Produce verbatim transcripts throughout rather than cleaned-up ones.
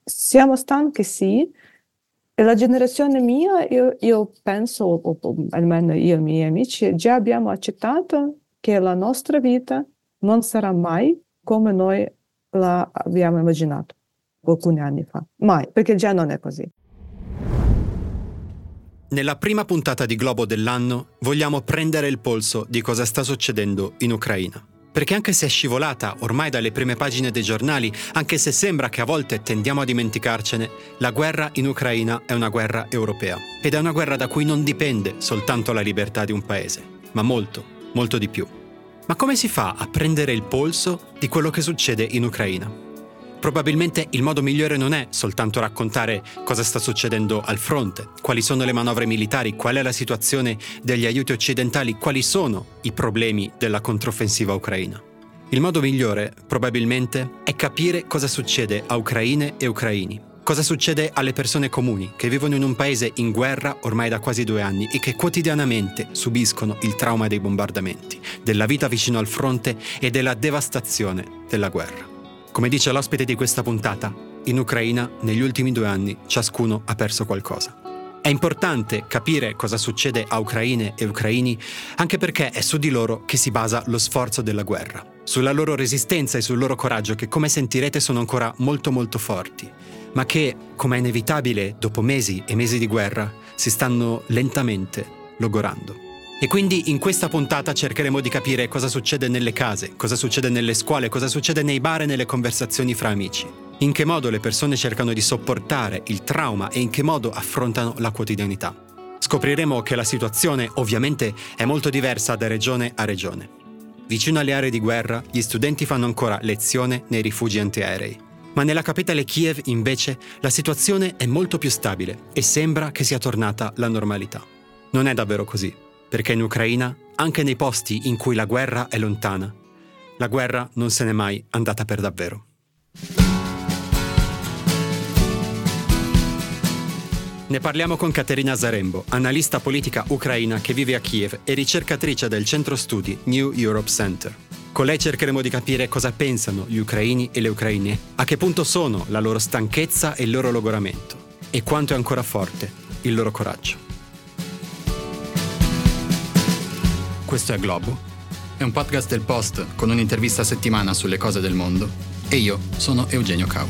siamo stanchi, sì. E la generazione mia, io, io penso, o, o almeno io e i miei amici, già abbiamo accettato che la nostra vita non sarà mai come noi la abbiamo immaginato alcuni anni fa. Mai, perché già non è così. Nella prima puntata di Globo dell'anno vogliamo prendere il polso di cosa sta succedendo in Ucraina. Perché anche se è scivolata ormai dalle prime pagine dei giornali, anche se sembra che a volte tendiamo a dimenticarcene, la guerra in Ucraina è una guerra europea. Ed è una guerra da cui non dipende soltanto la libertà di un paese, ma molto, molto di più. Ma come si fa a prendere il polso di quello che succede in Ucraina? Probabilmente il modo migliore non è soltanto raccontare cosa sta succedendo al fronte, quali sono le manovre militari, qual è la situazione degli aiuti occidentali, quali sono i problemi della controffensiva ucraina. Il modo migliore, probabilmente, è capire cosa succede a ucraine e ucraini, cosa succede alle persone comuni che vivono in un paese in guerra ormai da quasi due anni e che quotidianamente subiscono il trauma dei bombardamenti, della vita vicino al fronte e della devastazione della guerra. Come dice l'ospite di questa puntata, in Ucraina negli ultimi due anni ciascuno ha perso qualcosa. È importante capire cosa succede a ucraine e ucraini anche perché è su di loro che si basa lo sforzo della guerra, sulla loro resistenza e sul loro coraggio che, come sentirete, sono ancora molto molto forti, ma che, come è inevitabile dopo mesi e mesi di guerra, si stanno lentamente logorando. E quindi in questa puntata cercheremo di capire cosa succede nelle case, cosa succede nelle scuole, cosa succede nei bar e nelle conversazioni fra amici. In che modo le persone cercano di sopportare il trauma e in che modo affrontano la quotidianità. Scopriremo che la situazione ovviamente è molto diversa da regione a regione. Vicino alle aree di guerra, gli studenti fanno ancora lezione nei rifugi antiaerei. Ma nella capitale Kiev, invece, la situazione è molto più stabile e sembra che sia tornata la normalità. Non è davvero così. Perché in Ucraina, anche nei posti in cui la guerra è lontana, la guerra non se n'è mai andata per davvero. Ne parliamo con Katerina Zarembo, analista politica ucraina che vive a Kiev e ricercatrice del centro studi New Europe Center. Con lei cercheremo di capire cosa pensano gli ucraini e le ucraine, a che punto sono la loro stanchezza e il loro logoramento, e quanto è ancora forte il loro coraggio. Questo è Globo, è un podcast del Post con un'intervista a settimana sulle cose del mondo e io sono Eugenio Cau.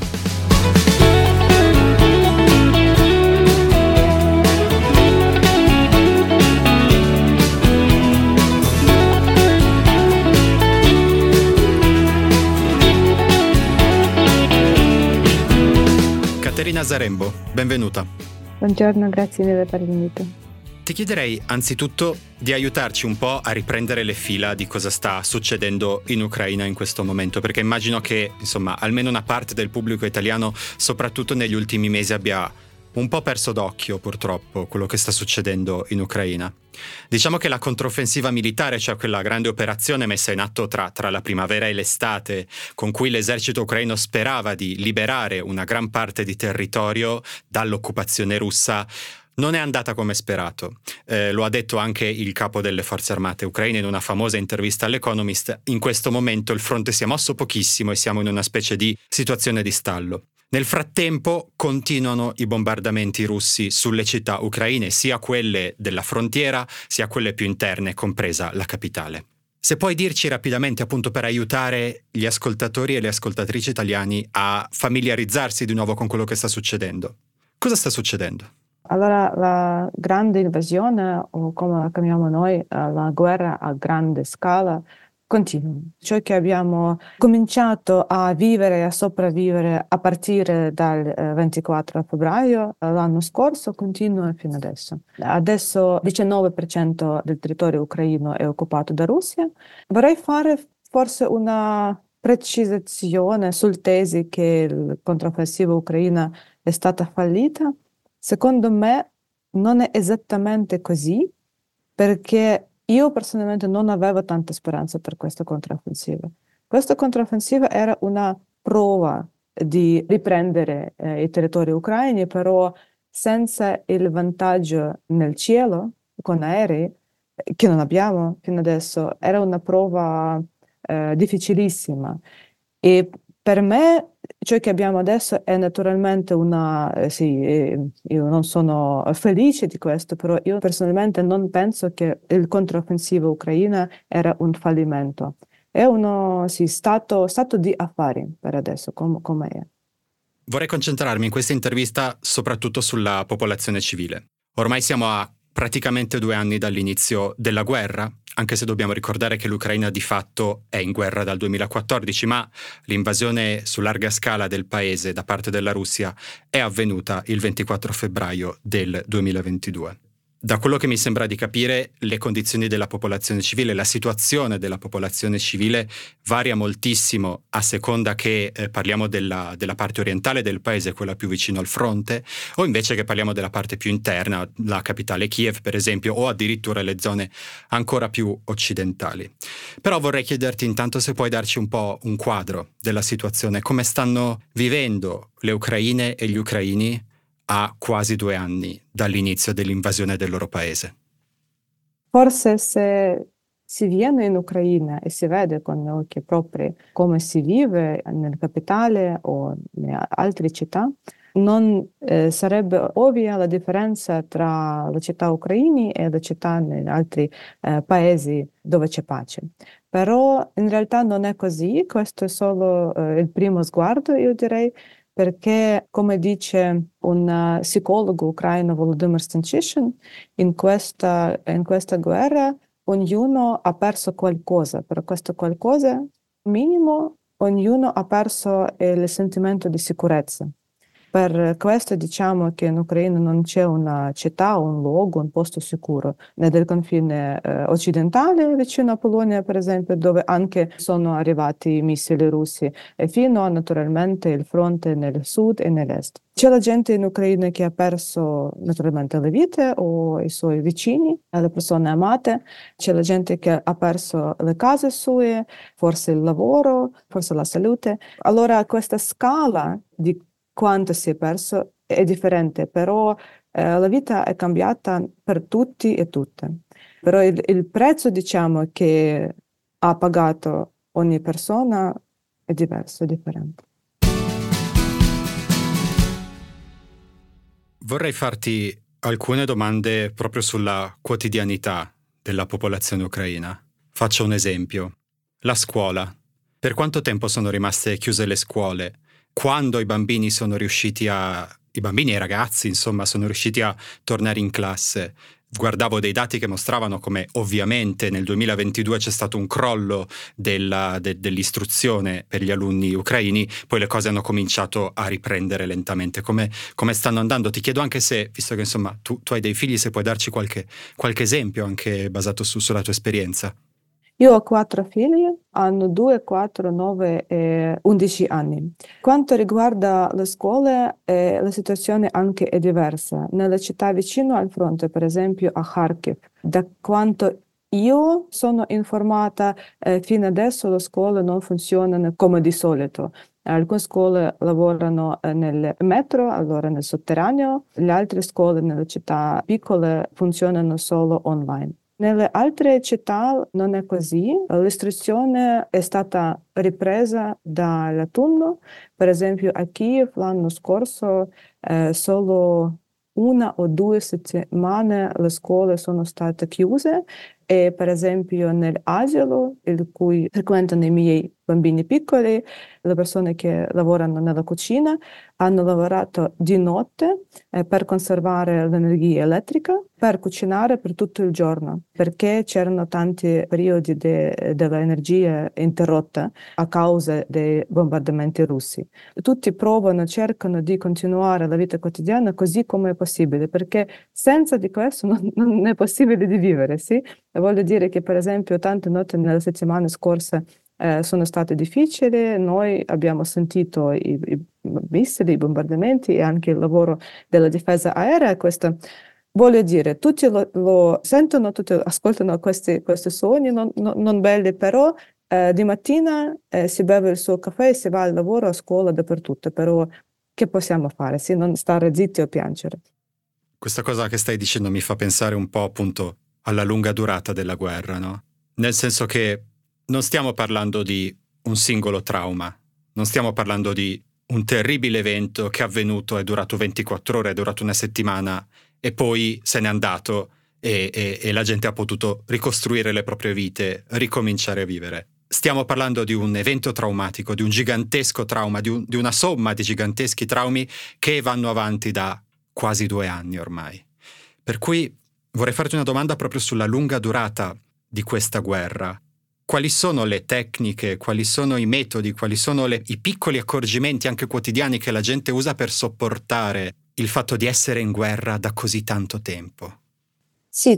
Katerina Zarembo, benvenuta. Buongiorno, grazie mille per l'invito. Ti chiederei anzitutto di aiutarci un po' a riprendere le fila di cosa sta succedendo in Ucraina in questo momento, perché immagino che, insomma, almeno una parte del pubblico italiano, soprattutto negli ultimi mesi, abbia un po' perso d'occhio, purtroppo, quello che sta succedendo in Ucraina. Diciamo che la controffensiva militare, cioè quella grande operazione messa in atto tra, tra la primavera e l'estate, con cui l'esercito ucraino sperava di liberare una gran parte di territorio dall'occupazione russa, non è andata come sperato. Eh, lo ha detto anche il capo delle forze armate ucraine in una famosa intervista all'Economist. In questo momento il fronte si è mosso pochissimo e siamo in una specie di situazione di stallo. Nel frattempo continuano i bombardamenti russi sulle città ucraine, sia quelle della frontiera, sia quelle più interne, compresa la capitale. Se puoi dirci rapidamente, appunto, per aiutare gli ascoltatori e le ascoltatrici italiani a familiarizzarsi di nuovo con quello che sta succedendo. Cosa sta succedendo? Allora, la grande invasione, o come la chiamiamo noi, la guerra a grande scala, continua. Ciò che abbiamo cominciato a vivere e a sopravvivere a partire dal ventiquattro febbraio l'anno scorso continua fino adesso. Adesso il diciannove per cento del territorio ucraino è occupato da Russia. Vorrei fare forse una precisazione sul tesi che la controffensiva ucraina è stata fallita. Secondo me non è esattamente così, perché io personalmente non avevo tanta speranza per questa controffensiva. Questa controffensiva era una prova di riprendere eh, i territori ucraini, però senza il vantaggio nel cielo, con aerei, che non abbiamo fino adesso, era una prova eh, difficilissima. E per me ciò che abbiamo adesso è naturalmente una, eh, sì, eh, io non sono felice di questo, però io personalmente non penso che il controffensivo ucraina era un fallimento. È uno, sì, stato, stato di affari per adesso, com- come è. Vorrei concentrarmi in questa intervista soprattutto sulla popolazione civile. Ormai siamo a praticamente due anni dall'inizio della guerra, anche se dobbiamo ricordare che l'Ucraina di fatto è in guerra dal duemilaquattordici, ma l'invasione su larga scala del paese da parte della Russia è avvenuta il ventiquattro febbraio del duemilaventidue. Da quello che mi sembra di capire, le condizioni della popolazione civile, la situazione della popolazione civile varia moltissimo a seconda che eh, parliamo della, della parte orientale del paese, quella più vicino al fronte, o invece che parliamo della parte più interna, la capitale Kiev per esempio, o addirittura le zone ancora più occidentali. Però vorrei chiederti intanto se puoi darci un po' un quadro della situazione, come stanno vivendo le ucraine e gli ucraini a quasi due anni dall'inizio dell'invasione del loro paese. Forse se si viene in Ucraina e si vede con gli occhi propri come si vive nella capitale o in altre città, non eh, sarebbe ovvia la differenza tra le città ucraine e le città in altri eh, paesi dove c'è pace. Però in realtà non è così, questo è solo eh, il primo sguardo, io direi, perché, come dice un uh, psicologo ucraino, Volodymyr Stanchyshin, in questa, in questa guerra ognuno ha perso qualcosa. Per questo qualcosa minimo, ognuno ha perso il sentimento di sicurezza. Per questo diciamo che in Ucraina non c'è una città, un luogo, un posto sicuro. Nel confine eh, occidentale, vicino a Polonia, per esempio, dove anche sono arrivati i missili russi, e fino a naturalmente il fronte nel sud e nell'est. C'è la gente in Ucraina che ha perso naturalmente le vite o i suoi vicini, le persone amate. C'è la gente che ha perso le case sue, forse il lavoro, forse la salute. Allora questa scala di quanto si è perso è differente, però eh, la vita è cambiata per tutti e tutte. Però il, il prezzo, diciamo, che ha pagato ogni persona è diverso, è differente. Vorrei farti alcune domande proprio sulla quotidianità della popolazione ucraina. Faccio un esempio. La scuola. Per quanto tempo sono rimaste chiuse le scuole? Quando i bambini sono riusciti a, i bambini e i ragazzi, insomma, sono riusciti a tornare in classe? Guardavo dei dati che mostravano come ovviamente nel duemilaventidue c'è stato un crollo della, de, dell'istruzione per gli alunni ucraini, poi le cose hanno cominciato a riprendere lentamente. Come, come stanno andando? Ti chiedo anche se, visto che insomma tu, tu hai dei figli, se puoi darci qualche, qualche esempio anche basato su, sulla tua esperienza. Io ho quattro figli, hanno due, quattro, nove e undici anni. Quanto riguarda le scuole, eh, la situazione anche è diversa. Nelle città vicino al fronte, per esempio a Kharkiv, da quanto io sono informata, eh, fino adesso le scuole non funzionano come di solito. Alcune scuole lavorano nel metro, allora nel sotterraneo, le altre scuole nelle città piccole funzionano solo online. Nelle altre città non è così, l'istruzione è stata ripresa dall'autunno, per esempio a Kiev l'anno scorso eh, solo una o due settimane le scuole sono state chiuse e per esempio nell'asilo, il cui frequentano i miei bambini piccoli, le persone che lavorano nella cucina, hanno lavorato di notte eh, per conservare l'energia elettrica, per cucinare per tutto il giorno, perché c'erano tanti periodi de- dell'energia interrotta a causa dei bombardamenti russi. Tutti provano, cercano di continuare la vita quotidiana così come è possibile, perché senza di questo non, non è possibile di vivere, sì? E voglio dire che per esempio tante notti nella settimana scorsa eh, sono state difficili, noi abbiamo sentito i, i missili, i bombardamenti e anche il lavoro della difesa aerea. Questo, voglio dire, tutti lo, lo sentono, tutti ascoltano questi, questi suoni non, non, non belli, però eh, di mattina eh, si beve il suo caffè e si va al lavoro, a scuola, dappertutto, però che possiamo fare? Sì, non stare zitti o piangere. Questa cosa che stai dicendo mi fa pensare un po' appunto alla lunga durata della guerra, no? Nel senso che non stiamo parlando di un singolo trauma, non stiamo parlando di un terribile evento che è avvenuto, è durato ventiquattro ore, è durato una settimana e poi se n'è andato e, e, e la gente ha potuto ricostruire le proprie vite, ricominciare a vivere. Stiamo parlando di un evento traumatico, di un gigantesco trauma, di, un, di una somma di giganteschi traumi che vanno avanti da quasi due anni ormai. Per cui vorrei farti una domanda proprio sulla lunga durata di questa guerra. Quali sono le tecniche, quali sono i metodi, quali sono le, i piccoli accorgimenti anche quotidiani che la gente usa per sopportare il fatto di essere in guerra da così tanto tempo? Sì,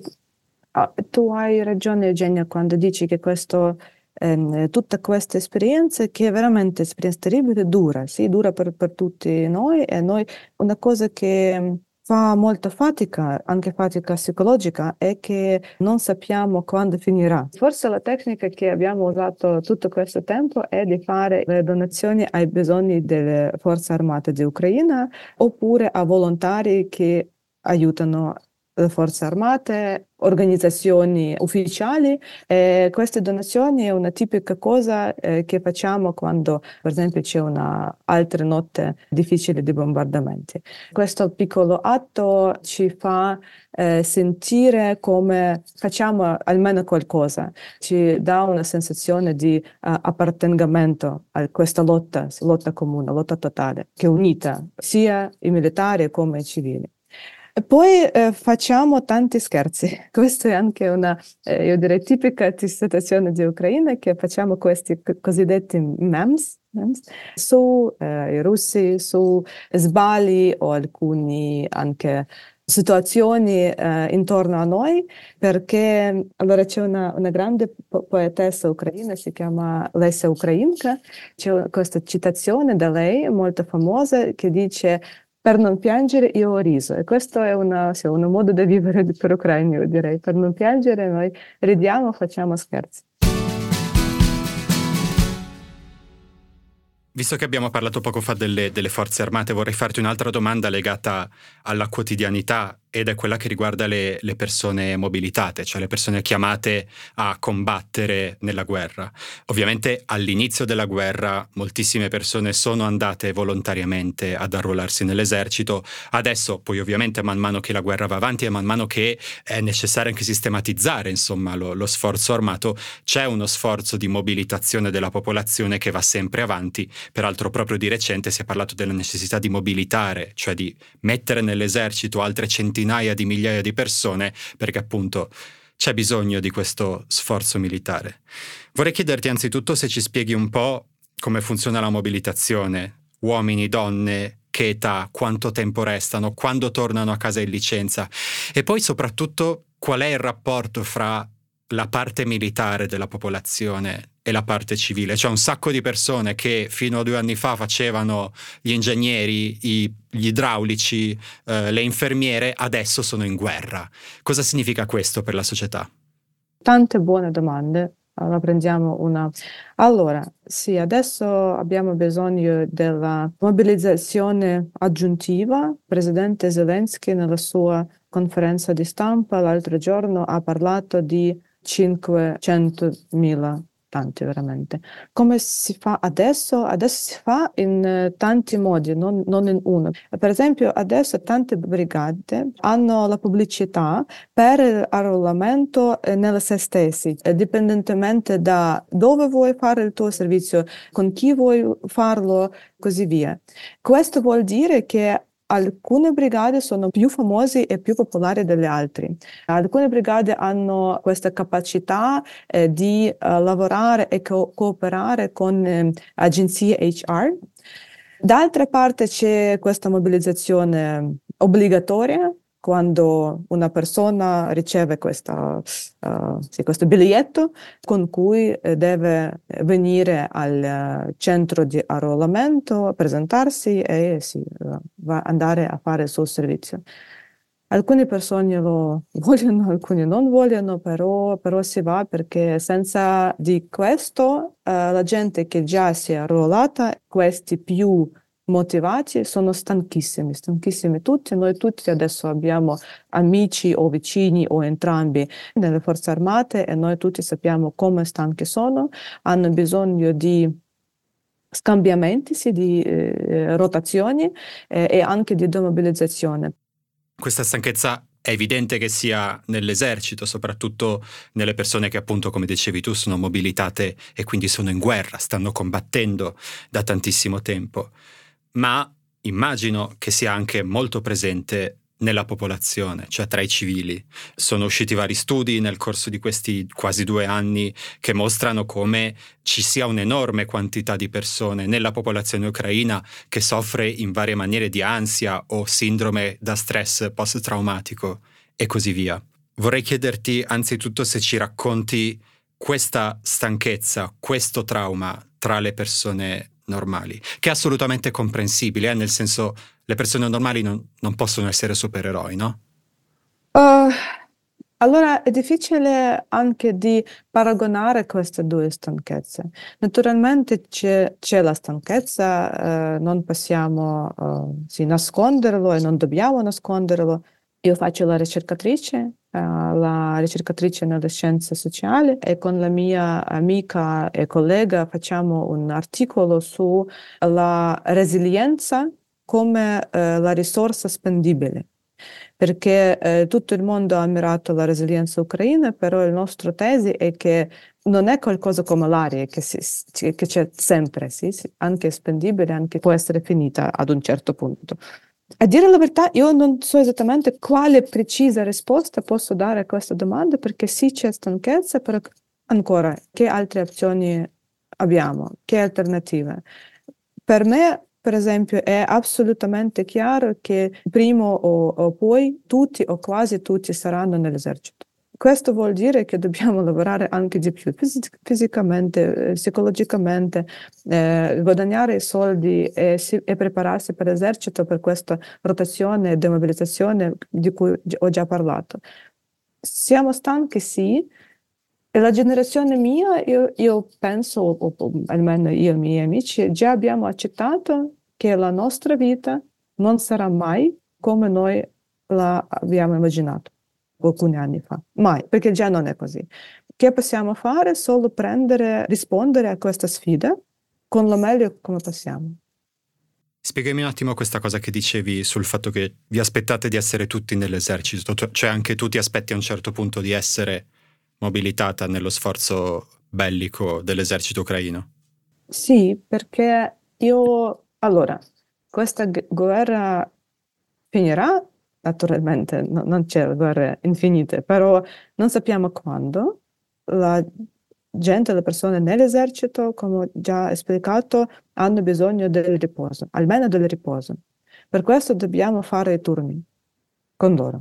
tu hai ragione Eugenia quando dici che questo, ehm, tutta questa esperienza, che è veramente esperienza terribile, dura, sì, dura per, per tutti noi e noi una cosa che fa molta fatica, anche fatica psicologica, è che non sappiamo quando finirà. Forse la tecnica che abbiamo usato tutto questo tempo è di fare le donazioni ai bisogni delle forze armate di Ucraina oppure a volontari che aiutano le forze armate, organizzazioni ufficiali. E queste donazioni è una tipica cosa eh, che facciamo quando, per esempio, c'è una altra notte difficile di bombardamenti. Questo piccolo atto ci fa eh, sentire come facciamo almeno qualcosa, ci dà una sensazione di uh, appartenimento a questa lotta, lotta comune, lotta totale, che è unita sia i militari come i civili. E poi eh, facciamo tanti scherzi. Questa è anche una, eh, io direi, tipica situazione di Ucraina, che facciamo questi c- cosiddetti memes, memes su eh, i russi, su sbagli o alcuni anche situazioni eh, intorno a noi, perché allora c'è una, una grande po- poetessa ucraina, si chiama Lesia Ukrainka, c'è questa citazione da lei molto famosa che dice: per non piangere io ho riso. E questo è una, sì, un modo di vivere per ucraini, io direi. Per non piangere noi ridiamo, facciamo scherzi. Visto che abbiamo parlato poco fa delle, delle forze armate, vorrei farti un'altra domanda legata alla quotidianità ed è quella che riguarda le, le persone mobilitate, cioè le persone chiamate a combattere nella guerra. Ovviamente all'inizio della guerra moltissime persone sono andate volontariamente ad arruolarsi nell'esercito, adesso poi ovviamente man mano che la guerra va avanti e man mano che è necessario anche sistematizzare insomma lo, lo sforzo armato, c'è uno sforzo di mobilitazione della popolazione che va sempre avanti. Peraltro proprio di recente si è parlato della necessità di mobilitare, cioè di mettere nell'esercito altre centinaia di migliaia di persone, perché appunto c'è bisogno di questo sforzo militare. Vorrei chiederti anzitutto se ci spieghi un po' come funziona la mobilitazione, uomini, donne, che età, quanto tempo restano, quando tornano a casa in licenza e poi soprattutto qual è il rapporto fra la parte militare della popolazione e la parte civile. C'è un sacco di persone che fino a due anni fa facevano gli ingegneri, i, gli idraulici, eh, le infermiere, adesso sono in guerra. Cosa significa questo per la società? Tante buone domande. Allora prendiamo una. Allora, sì, adesso abbiamo bisogno della mobilizzazione aggiuntiva. Il presidente Zelensky nella sua conferenza di stampa l'altro giorno ha parlato di cinquecentomila, tanti veramente. Come si fa adesso? Adesso si fa in eh, tanti modi, non, non in uno. Per esempio, adesso tante brigate hanno la pubblicità per l'arruolamento eh, nelle se stessi, eh, dipendentemente da dove vuoi fare il tuo servizio, con chi vuoi farlo, così via. Questo vuol dire che alcune brigate sono più famose e più popolari delle altre. Alcune brigate hanno questa capacità eh, di eh, lavorare e co- cooperare con eh, agenzie H R. D'altra parte c'è questa mobilizzazione obbligatoria quando una persona riceve questa, uh, sì, questo biglietto con cui eh, deve venire al uh, centro di arruolamento, presentarsi e sì, uh, va andare a fare il suo servizio. Alcune persone lo vogliono, alcune non vogliono, però, però si va perché senza di questo uh, la gente che già si è arruolata, questi più motivati, sono stanchissimi, stanchissimi tutti. Noi tutti adesso abbiamo amici o vicini o entrambi nelle forze armate e noi tutti sappiamo come stanchi sono, hanno bisogno di scambiamenti, sì, di eh, rotazioni eh, e anche di demobilizzazione. Questa stanchezza è evidente che sia nell'esercito, soprattutto nelle persone che appunto, come dicevi tu, sono mobilitate e quindi sono in guerra, stanno combattendo da tantissimo tempo. Ma immagino che sia anche molto presente nella popolazione, cioè tra i civili. Sono usciti vari studi nel corso di questi quasi due anni che mostrano come ci sia un'enorme quantità di persone nella popolazione ucraina che soffre in varie maniere di ansia o sindrome da stress post-traumatico e così via. Vorrei chiederti anzitutto se ci racconti questa stanchezza, questo trauma tra le persone normali, che è assolutamente comprensibile, eh? Nel senso, le persone normali non, non possono essere supereroi, no? Uh, allora è difficile anche di paragonare queste due stanchezze. Naturalmente c'è, c'è la stanchezza, eh, non possiamo uh, sì, nasconderlo e non dobbiamo nasconderlo. Io faccio la ricercatrice, uh, la ricercatrice nelle scienze sociali e con la mia amica e collega facciamo un articolo sulla resilienza come eh, la risorsa spendibile. Perché eh, tutto il mondo ha ammirato la resilienza ucraina, però la nostra tesi è che non è qualcosa come l'aria, che, si, che c'è sempre, sì, sì, anche spendibile, anche può essere finita ad un certo punto. A dire la verità, io non so esattamente quale precisa risposta posso dare a questa domanda, perché sì, c'è stanchezza, però ancora, che altre opzioni abbiamo? Che alternative? Per me, per esempio, è assolutamente chiaro che prima o, o poi tutti o quasi tutti saranno nell'esercito. Questo vuol dire che dobbiamo lavorare anche di più, fis- fisicamente, psicologicamente, eh, guadagnare i soldi e, si, e prepararsi per l'esercito, per questa rotazione e demobilizzazione di cui ho già parlato. Siamo stanchi, sì. E la generazione mia, io, io penso, o, o, almeno io e i miei amici, già abbiamo accettato che la nostra vita non sarà mai come noi la abbiamo immaginato alcuni anni fa. Mai, perché già non è così. Che possiamo fare? Solo prendere, rispondere a questa sfida con lo meglio come possiamo. Spiegami un attimo questa cosa che dicevi sul fatto che vi aspettate di essere tutti nell'esercito, cioè anche tu ti aspetti a un certo punto di essere mobilitata nello sforzo bellico dell'esercito ucraino. Sì, perché io, allora, questa gu- guerra finirà, naturalmente, no- non c'è guerre infinite, però non sappiamo quando. La gente, le persone nell'esercito, come ho già esplicato, hanno bisogno del riposo, almeno del riposo. Per questo dobbiamo fare i turni con loro.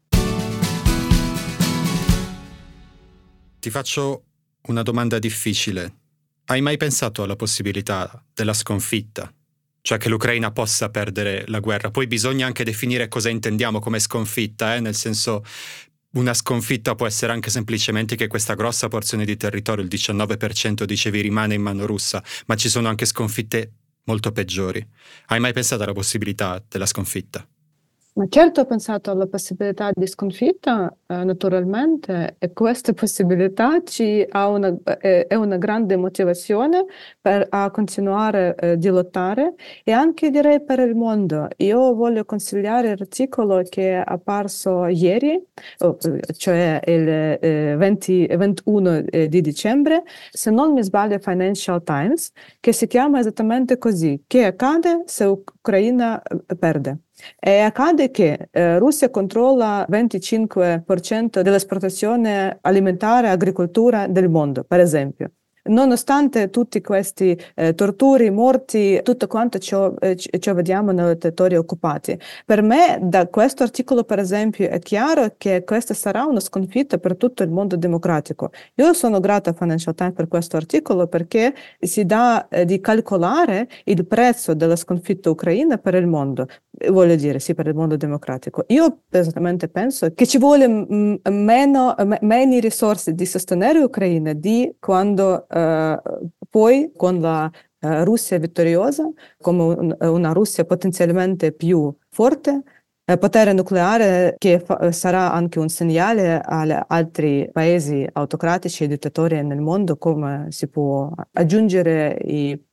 Ti faccio una domanda difficile. Hai mai pensato alla possibilità della sconfitta? Cioè che l'Ucraina possa perdere la guerra? Poi bisogna anche definire cosa intendiamo come sconfitta, eh? Nel senso, una sconfitta può essere anche semplicemente che questa grossa porzione di territorio, il diciannove per cento dicevi, rimane in mano russa, ma ci sono anche sconfitte molto peggiori. Hai mai pensato alla possibilità della sconfitta? Ma certo ho pensato alla possibilità di sconfitta, eh, naturalmente, e questa possibilità ci ha una, è, è una grande motivazione per a continuare eh, di lottare e anche direi per il mondo. Io voglio consigliare l'articolo che è apparso ieri, oh, cioè il eh, venti, ventuno eh, di dicembre, se non mi sbaglio Financial Times, che si chiama esattamente così: che accade se Ucraina eh, perde? E accade che eh, Russia controlla il venticinque per cento dell'esportazione alimentare e agricoltura del mondo, per esempio. Nonostante tutti questi eh, torturi, morti, tutto quanto ciò, eh, ciò vediamo nei territori occupati. Per me, da questo articolo, per esempio, è chiaro che questa sarà una sconfitta per tutto il mondo democratico. Io sono grata a Financial Times per questo articolo perché si dà eh, di calcolare il prezzo della sconfitta ucraina per il mondo. Voglio dire, sì, per il mondo democratico. Io esattamente penso che ci vuole m- meno, m- meno risorse di sostenere l'Ucraina di quando eh, poi, con la eh, Russia vittoriosa, come un- una Russia potenzialmente più forte, eh, potere nucleare che fa- sarà anche un segnale agli altri paesi autocratici e dittatori nel mondo come si può aggiungere i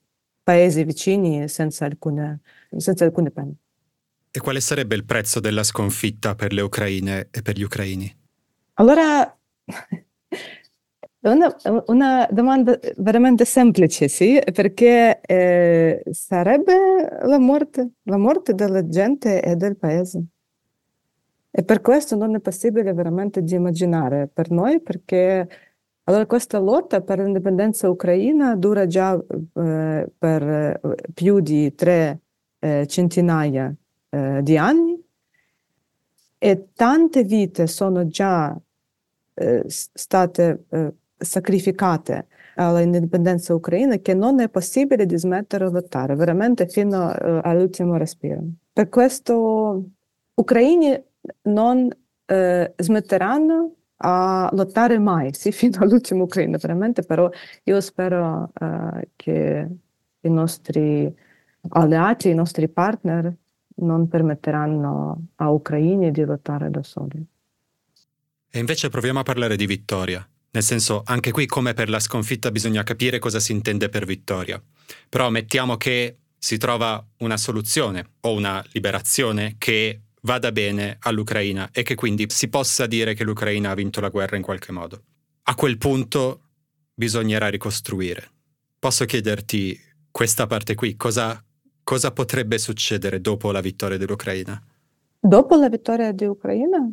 paesi vicini senza alcune, senza alcune pene. E quale sarebbe il prezzo della sconfitta per le ucraine e per gli ucraini? Allora, una, una domanda veramente semplice, sì, perché eh, sarebbe la morte, la morte della gente e del paese. E per questo non è possibile veramente di immaginare per noi, perché allora questa lotta per l'indipendenza ucraina dura già eh, per eh, più di tre eh, centinaia eh, di anni e tante vite sono già eh, state eh, sacrificate all'indipendenza ucraina che non è possibile di smettere di lottare, veramente fino eh, all'ultimo respiro. Per questo ucraini non eh, smetteranno a lottare mai, sì, fino all'ultimo ucraino, veramente, però io spero eh, che i nostri alleati, i nostri partner non permetteranno a ucraini di lottare da soli. E invece proviamo a parlare di vittoria. Nel senso, anche qui, come per la sconfitta, bisogna capire cosa si intende per vittoria. Però mettiamo che si trova una soluzione o una liberazione che vada bene all'Ucraina e che quindi si possa dire che l'Ucraina ha vinto la guerra in qualche modo. A quel punto bisognerà ricostruire. Posso chiederti questa parte qui, cosa, cosa potrebbe succedere dopo la vittoria dell'Ucraina? Dopo la vittoria di Ucraina?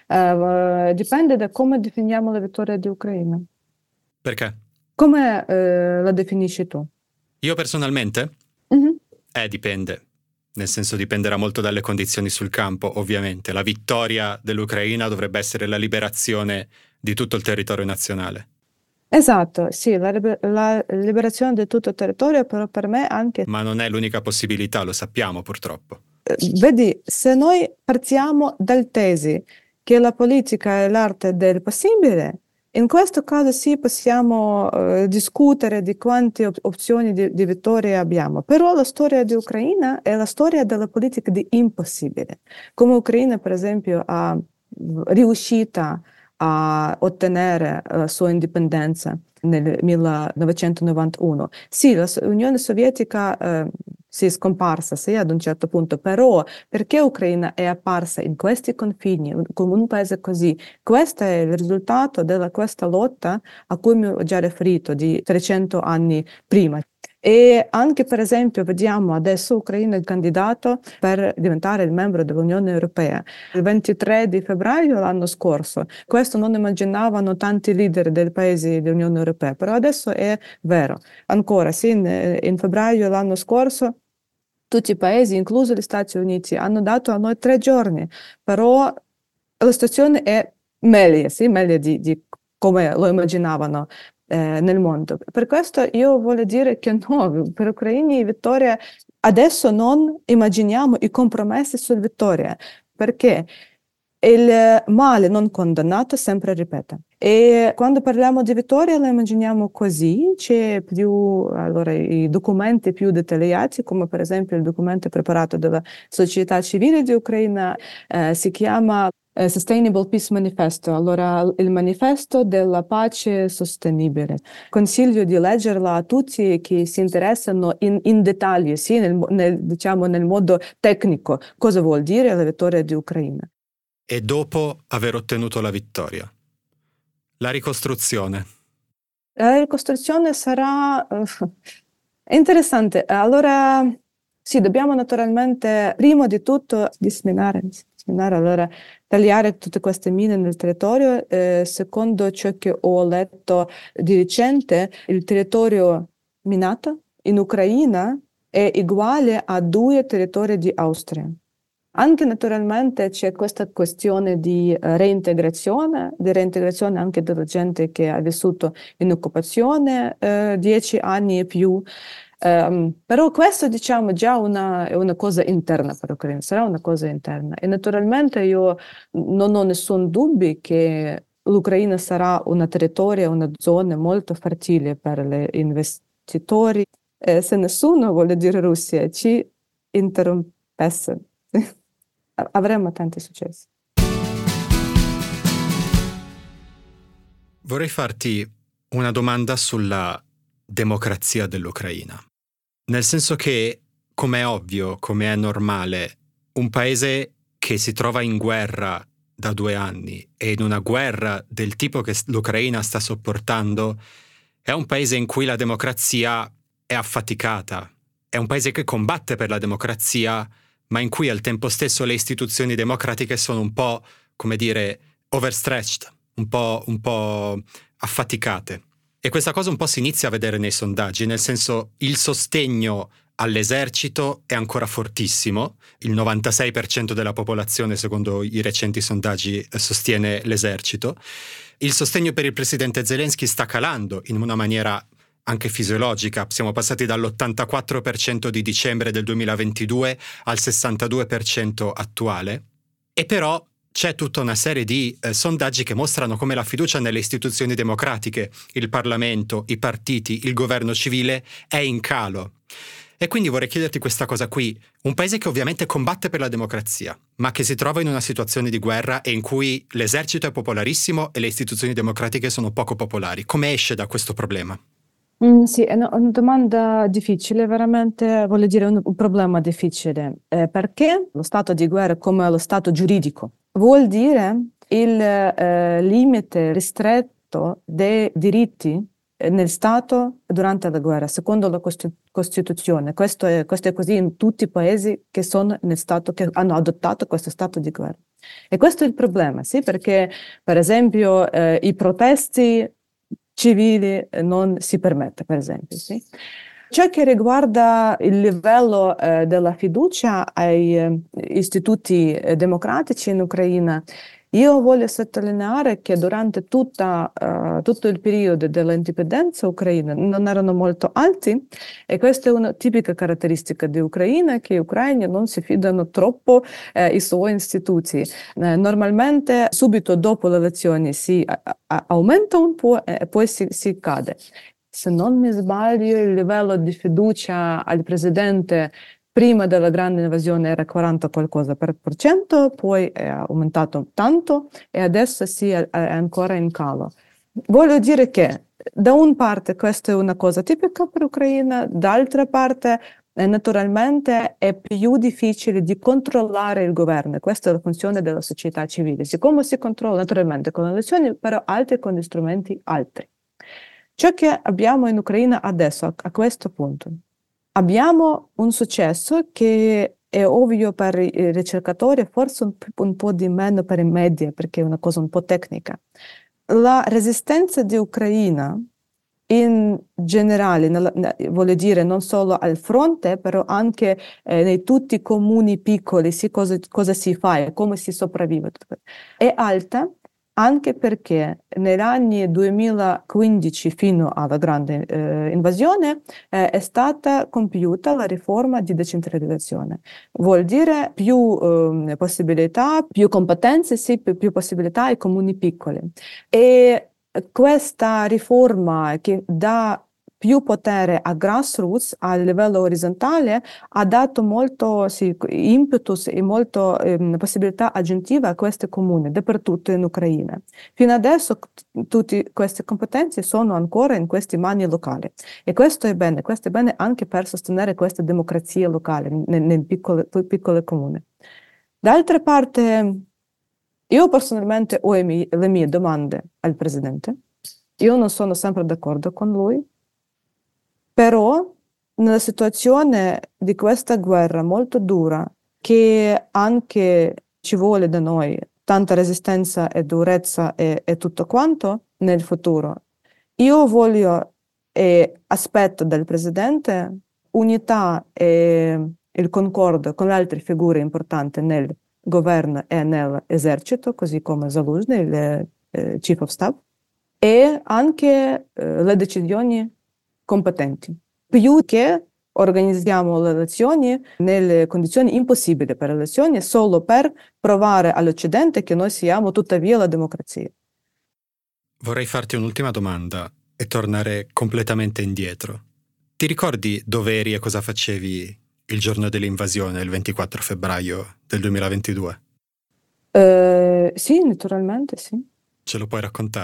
Eh, dipende da come definiamo la vittoria di Ucraina. Perché? Come eh, la definisci tu? Io personalmente? Mm-hmm. Eh, dipende. Nel senso dipenderà molto dalle condizioni sul campo, ovviamente. La vittoria dell'Ucraina dovrebbe essere la liberazione di tutto il territorio nazionale. Esatto, sì, la, la liberazione di tutto il territorio, però per me anche... Ma non è l'unica possibilità, lo sappiamo purtroppo. Vedi, se noi partiamo dal tesi che la politica è l'arte del possibile, in questo caso sì, possiamo eh, discutere di quante op- opzioni di, di vittoria abbiamo, però la storia di Ucraina è la storia della politica di impossibile. Come Ucraina, per esempio, ha riuscita a ottenere la sua indipendenza nel millenovecentonovantuno. Sì, l'Unione Sovietica eh, si è scomparsa, sì, ad un certo punto, però perché Ucraina è apparsa in questi confini, come un paese così? Questo è il risultato della questa lotta a cui mi ho già riferito, di trecento anni prima. E anche, per esempio, vediamo adesso Ucraina è candidato per diventare il membro dell'Unione Europea. Il ventitré di febbraio l'anno scorso. Questo non immaginavano tanti leader dei paesi dell'Unione Europea, però adesso è vero. Ancora, sì, in, in febbraio l'anno scorso tutti i paesi, inclusi gli Stati Uniti, hanno dato a noi tre giorni, però la situazione è meglio, sì, meglio di, di come lo immaginavano eh, nel mondo. Per questo io voglio dire che no, per ucraini vittoria, adesso non immaginiamo i compromessi sulla vittoria, perché il male non condannato sempre ripete. E quando parliamo di vittoria lo immaginiamo così, c'è più, allora, i documenti più dettagliati, come per esempio il documento preparato dalla società civile di Ucraina, eh, si chiama eh, Sustainable Peace Manifesto, allora il manifesto della pace sostenibile. Consiglio di leggerla a tutti che si interessano in, in dettaglio, sì, nel, nel, diciamo nel modo tecnico, cosa vuol dire la vittoria di Ucraina. E dopo aver ottenuto la vittoria? La ricostruzione. La ricostruzione sarà uh, interessante. Allora, sì, dobbiamo naturalmente, prima di tutto, disminare, disminare allora, tagliare tutte queste mine nel territorio. Eh, secondo ciò che ho letto di recente, il territorio minato in Ucraina è uguale a due territori di Austria. Anche naturalmente c'è questa questione di uh, reintegrazione, di reintegrazione anche della gente che ha vissuto in occupazione uh, dieci anni e più. Um, però questo diciamo già una, è una cosa interna per l'Ucraina, sarà una cosa interna. E naturalmente io non ho nessun dubbio che l'Ucraina sarà una territorio, una zona molto fertile per gli investitori. Eh, se nessuno, vuole dire Russia, ci interrompesse, avremmo tanti successi. Vorrei farti una domanda sulla democrazia dell'Ucraina. nel senso che, come è ovvio, come è normale, un paese che si trova in guerra da due anni e in una guerra del tipo che l'Ucraina sta sopportando è un paese in cui la democrazia è affaticata, è un paese che combatte per la democrazia, ma in cui al tempo stesso le istituzioni democratiche sono un po', come dire, overstretched, un po', un po' affaticate. E questa cosa un po' si inizia a vedere nei sondaggi, nel senso il sostegno all'esercito è ancora fortissimo, il novantasei per cento della popolazione, secondo i recenti sondaggi, sostiene l'esercito. Il sostegno per il presidente Zelensky sta calando in una maniera anche fisiologica. Siamo passati dall'ottantaquattro per cento di dicembre del duemilaventidue al sessantadue per cento attuale. E però c'è tutta una serie di eh, sondaggi che mostrano come la fiducia nelle istituzioni democratiche, il Parlamento, i partiti, il governo civile è in calo. E quindi vorrei chiederti questa cosa qui. Un paese che ovviamente combatte per la democrazia, ma che si trova in una situazione di guerra e in cui l'esercito è popolarissimo e le istituzioni democratiche sono poco popolari. Come esce da questo problema? Mm, sì, è una, una domanda difficile, veramente, voglio dire un, un problema difficile, eh, perché lo stato di guerra come lo stato giuridico vuol dire il eh, limite ristretto dei diritti eh, nel Stato durante la guerra, secondo la Costi- Costituzione. Questo è, questo è così in tutti i paesi che sono nel stato, che hanno adottato questo stato di guerra. E questo è il problema, sì, perché per esempio eh, i protesti civili non si permette, per esempio. Sì? Ciò che riguarda il livello eh, della fiducia ai eh, istituti eh, democratici in Ucraina, io voglio sottolineare che durante tutta, uh, tutto il periodo dell'indipendenza ucraina non erano molto alti e questa è una tipica caratteristica di Ucraina, che gli ucraini non si fidano troppo eh, i suoi istituti. Eh, normalmente subito dopo le elezioni si a- a- aumenta un po' e poi si, si cade. Se non mi sbaglio, il livello di fiducia al presidente prima della grande invasione era quaranta qualcosa per cento, poi è aumentato tanto e adesso sì, è, è ancora in calo. Voglio dire che da una parte questa è una cosa tipica per l'Ucraina, d'altra parte eh, naturalmente è più difficile di controllare il governo. Questa è la funzione della società civile. Siccome si controlla naturalmente con le elezioni, però altri con gli strumenti altri. Ciò che abbiamo in Ucraina adesso, a, a questo punto, abbiamo un successo che è ovvio per i ricercatori, forse un, un po' di meno per i media, perché è una cosa un po' tecnica. La resistenza di Ucraina in generale, nella, voglio dire, non solo al fronte, però anche eh, nei tutti i comuni piccoli, sì, cosa, cosa si fa e come si sopravvive, è alta. Anche perché negli anni duemilaquindici, fino alla grande eh, invasione, eh, è stata compiuta la riforma di decentralizzazione. Vuol dire più eh, possibilità, più competenze, sì, più, più possibilità ai comuni piccoli. E questa riforma che dà più potere a grassroots, a livello orizzontale, ha dato molto sì, impetus e molto eh, possibilità aggiuntiva a questi comuni, dappertutto in Ucraina. Fino adesso t- tutte queste competenze sono ancora in queste mani locali e questo è bene, questo è bene anche per sostenere questa democrazia locale nel, nel piccolo, piccolo comune. D'altra parte, io personalmente ho le mie, le mie domande al Presidente, io non sono sempre d'accordo con lui, però nella situazione di questa guerra molto dura, che anche ci vuole da noi tanta resistenza e durezza e, e tutto quanto nel futuro, io voglio e aspetto dal Presidente unità e il concordo con le altre figure importanti nel governo e nell'esercito, così come Zaluzhny, il eh, Chief of Staff, e anche eh, le decisioni competenti. Più che organizziamo le elezioni nelle condizioni impossibili per le elezioni solo per provare all'Occidente che noi siamo tuttavia la democrazia. Vorrei farti un'ultima domanda e tornare completamente indietro. Ti ricordi dove eri e cosa facevi il giorno dell'invasione, il ventiquattro febbraio del duemilaventidue? Eh, sì, naturalmente sì. Ce lo puoi raccontare?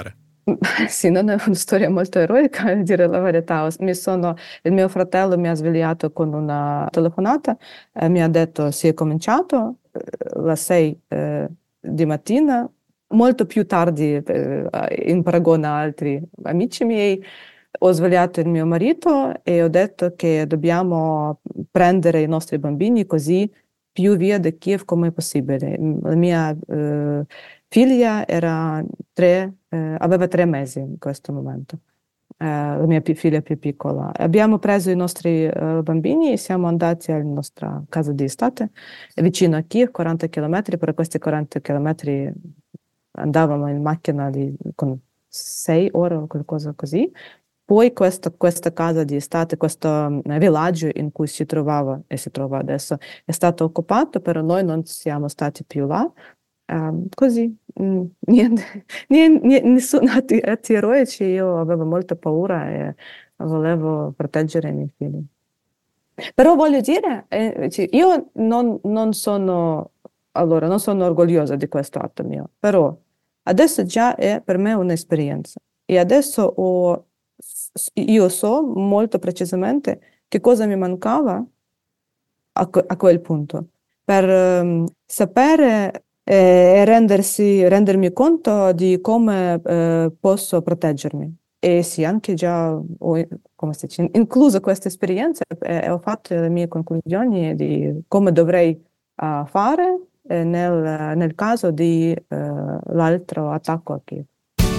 Sì, non è una storia molto eroica, a dire la verità. Mi sono, il mio fratello mi ha svegliato con una telefonata, eh, mi ha detto si è cominciato eh, alle sei eh, di mattina, molto più tardi eh, in paragone a altri amici miei. Ho svegliato il mio marito e ho detto che dobbiamo prendere i nostri bambini così più via da Kiev come possibile. La mia eh, figlia era tre, eh, aveva tre mesi in questo momento, eh, la mia pi- figlia più piccola. Abbiamo preso i nostri eh, bambini e siamo andati alla nostra casa di estate, vicino a Kiev, quaranta chilometri. Per questi quaranta chilometri andavamo in macchina di, con sei ore o qualcosa così. Poi questa, questa casa di estate, questo eh, villaggio in cui si trovava e si trova adesso, è stato occupato, però noi non siamo stati più là. Ehm, così, mm, niente, niente, niente- nessuno atti, atti eroici, io avevo molta paura e volevo proteggere i miei figli. Però voglio dire, eh, cioè, io non, non sono, allora, non sono orgogliosa di questo atto mio, però adesso già è per me un'esperienza e adesso ho, s- io so molto precisamente che cosa mi mancava a, que- a quel punto, per ehm, sapere eh, e rendersi, rendermi conto di come eh, posso proteggermi. E sì, anche già ho, come si dice, incluso questa esperienza e ho fatto le mie conclusioni di come dovrei ah, fare eh, nel, nel caso di eh, l'altro attacco a Kiev.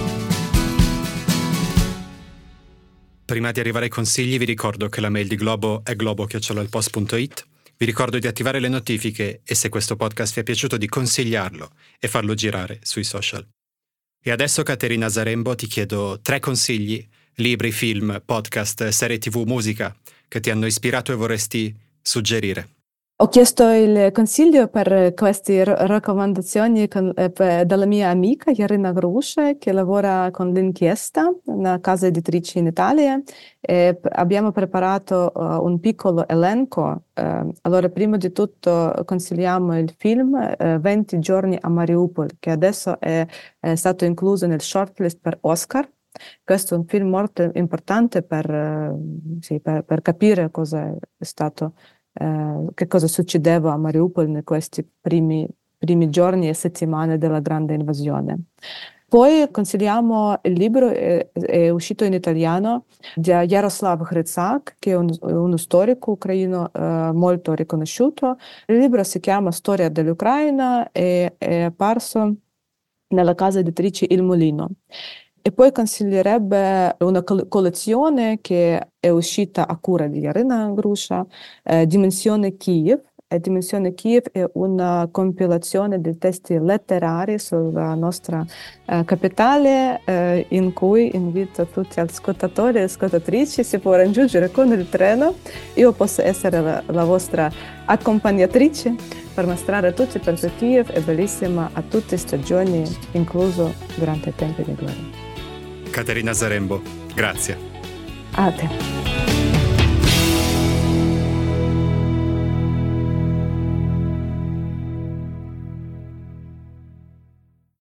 Prima di arrivare ai consigli vi ricordo che la mail di Globo è globo chiocciola il post punto it. Vi ricordo di attivare le notifiche e se questo podcast vi è piaciuto di consigliarlo e farlo girare sui social. E adesso Caterina Zarembo ti chiedo tre consigli, libri, film, podcast, serie tv, musica che ti hanno ispirato e vorresti suggerire. Ho chiesto il consiglio per queste r- raccomandazioni con- eh, per- dalla mia amica Jarina Grusce, che lavora con l'Inchiesta, una casa editrice in Italia. E p- abbiamo preparato eh, un piccolo elenco. Eh, allora, prima di tutto consigliamo il film eh, venti giorni a Mariupol, che adesso è, è stato incluso nel shortlist per Oscar. Questo è un film molto importante per, eh, sì, per, per capire cosa è stato eh, che cosa succedeva a Mariupol in questi primi, primi giorni e settimane della grande invasione. Poi consigliamo il libro, è, è uscito in italiano, di Jaroslav Hryzak, che è un- uno storico ucraino eh, molto riconosciuto. Il libro si chiama Storia dell'Ucraina e è apparso nella casa editrice Il Mulino. E poi consiglierebbe una col- collezione che è uscita a cura di Jarina Gruscia, eh, Dimensione Kiev. E Dimensione Kiev è una compilazione di testi letterari sulla nostra eh, capitale, eh, in cui invito tutti gli ascoltatori e ascoltatrici, si può raggiungere con il treno. Io posso essere la, la vostra accompagnatrice per mostrare a tutti perché Kiev è bellissima a tutte le stagioni, incluso durante i tempi di guerra. Caterina Zarembo, grazie. A te.